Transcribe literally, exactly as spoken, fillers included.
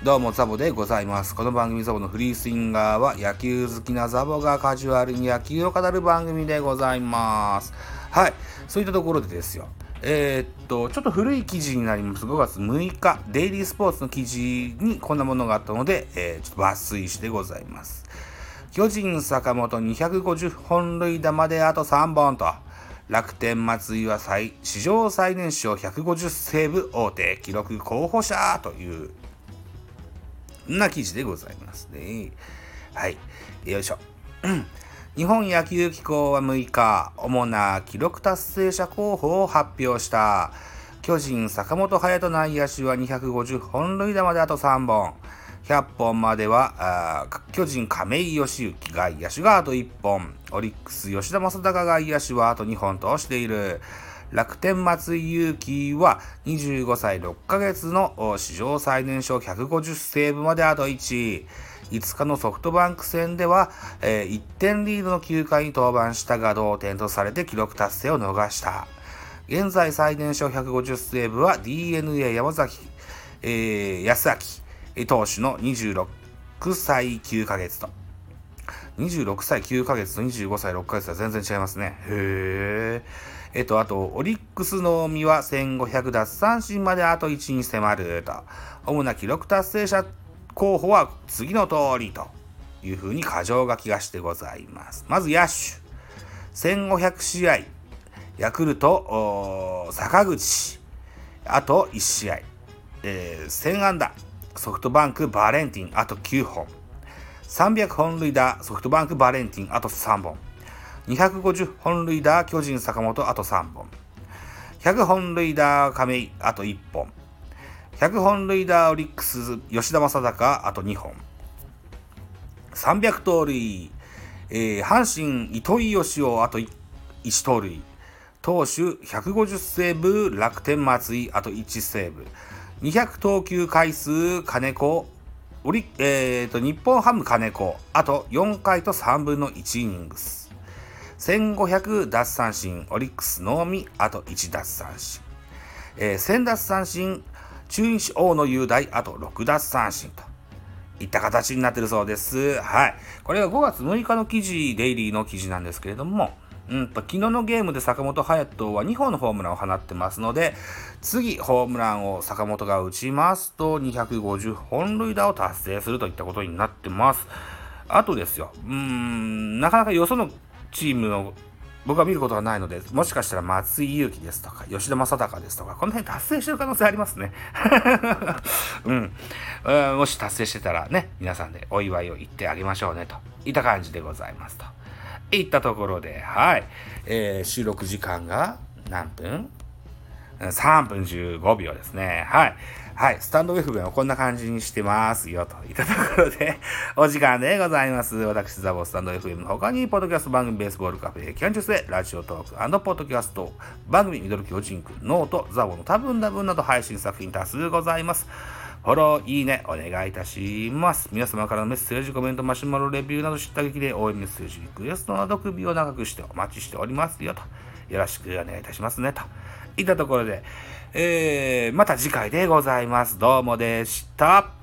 どうもザボでございます。この番組ザボのフリースインガーは野球好きなザボがカジュアルに野球を語る番組でございます。はい、そういったところでですよ。えー、っと、ちょっと古い記事になります。ごがつむいか、デイリースポーツの記事にこんなものがあったので、えー、ちょっと抜粋してございます。巨人坂本にひゃくごじゅっぽん塁打まであとさんぼんと、楽天松井は最史上最年少ひゃくごじゅうセーブ王手記録候補者というな記事でございますね。はい、よいしょ。日本野球機構はむいか、主な記録達成者候補を発表した。巨人坂本勇人内野手はにひゃくごじゅっぽん塁打まであとさんぼん。ひゃっぽんまでは巨人亀井義行外野手があといっぽん。オリックス吉田正尚外野手はあとにほんとしている。楽天松井裕樹はにじゅうごさいろっかげつの史上最年少ひゃくごじゅうセーブまであといち。いつかのソフトバンク戦では、えー、いってんリードのきゅうかいに登板したが同点とされて記録達成を逃した。現在最年少ひゃくごじゅうセーブは ディーエヌエー 山崎、えー、康明投手のにじゅうろくさいきゅうかげつと。にじゅうろくさいきゅうかげつとにじゅうごさいろっかげつは全然違いますね。へー。えっと、あと、オリックスのみはせんごひゃく奪三振まであといちに迫ると。主な記録達成者候補は次の通りというふうに箇条書きがしてございます。まず野手。せんごひゃくしあい。ヤクルト、坂口。あといちしあい。えー、せんあんだ。ソフトバンク、バレンティン。あときゅうほん。さんびゃくほん塁打。ソフトバンク、バレンティン。あとさんぼん。にひゃくごじゅっぽん塁打巨人坂本あとさんぼん。ひゃくほん塁打亀井あといっぽん。ひゃくほん塁打オリックス吉田正尚あとにほん。さんびゃくとうるい、えー、阪神糸井嘉男あといちとうるい。投手ひゃくごじゅうセーブ楽天松井あといちセーブ。にひゃくとうきゅう回数金子オリ、えー、と日本ハム金子あとよんかいとさんぶんのいちイニングス。せんごひゃく奪三振オリックスのみあといち奪三振、えー、せん奪三振中日大野雄大あとろく奪三振といった形になっているそうです。はい、これがごがつむいかの記事、デイリーの記事なんですけれども、うんと昨日のゲームで坂本勇人はにほんのホームランを放ってますので、次ホームランを坂本が打ちますとにひゃくごじゅっぽん塁打を達成するといったことになってます。あとですよ、うーんなかなかよそのチームの僕は見ることがないので、もしかしたら松井裕樹ですとか吉田正尚ですとかこの辺達成してる可能性ありますね、うん、もし達成してたらね、皆さんでお祝いを言ってあげましょうねといった感じでございますといったところで、はい、えー、収録時間が何分さんぷんじゅうごびょうですね。はい。はい。スタンド エフエム をこんな感じにしてますよ。といったところで、お時間でございます。私、ザボスタンド エフエム の他に、ポッドキャスト番組、ベースボールカフェ、キャンチュスで、ラジオトーク&ポッドキャスト、番組、ミドル巨人くん、ノート、ザボの多分多分など配信作品多数ございます。フォロー、いいね、お願いいたします。皆様からのメッセージ、コメント、マシュマロ、レビューなど知った激励、応援メッセージ、リクエストなど首を長くしてお待ちしておりますよと。よろしくお願いいたしますねといったところで、えー、また次回でございます。どうもでした。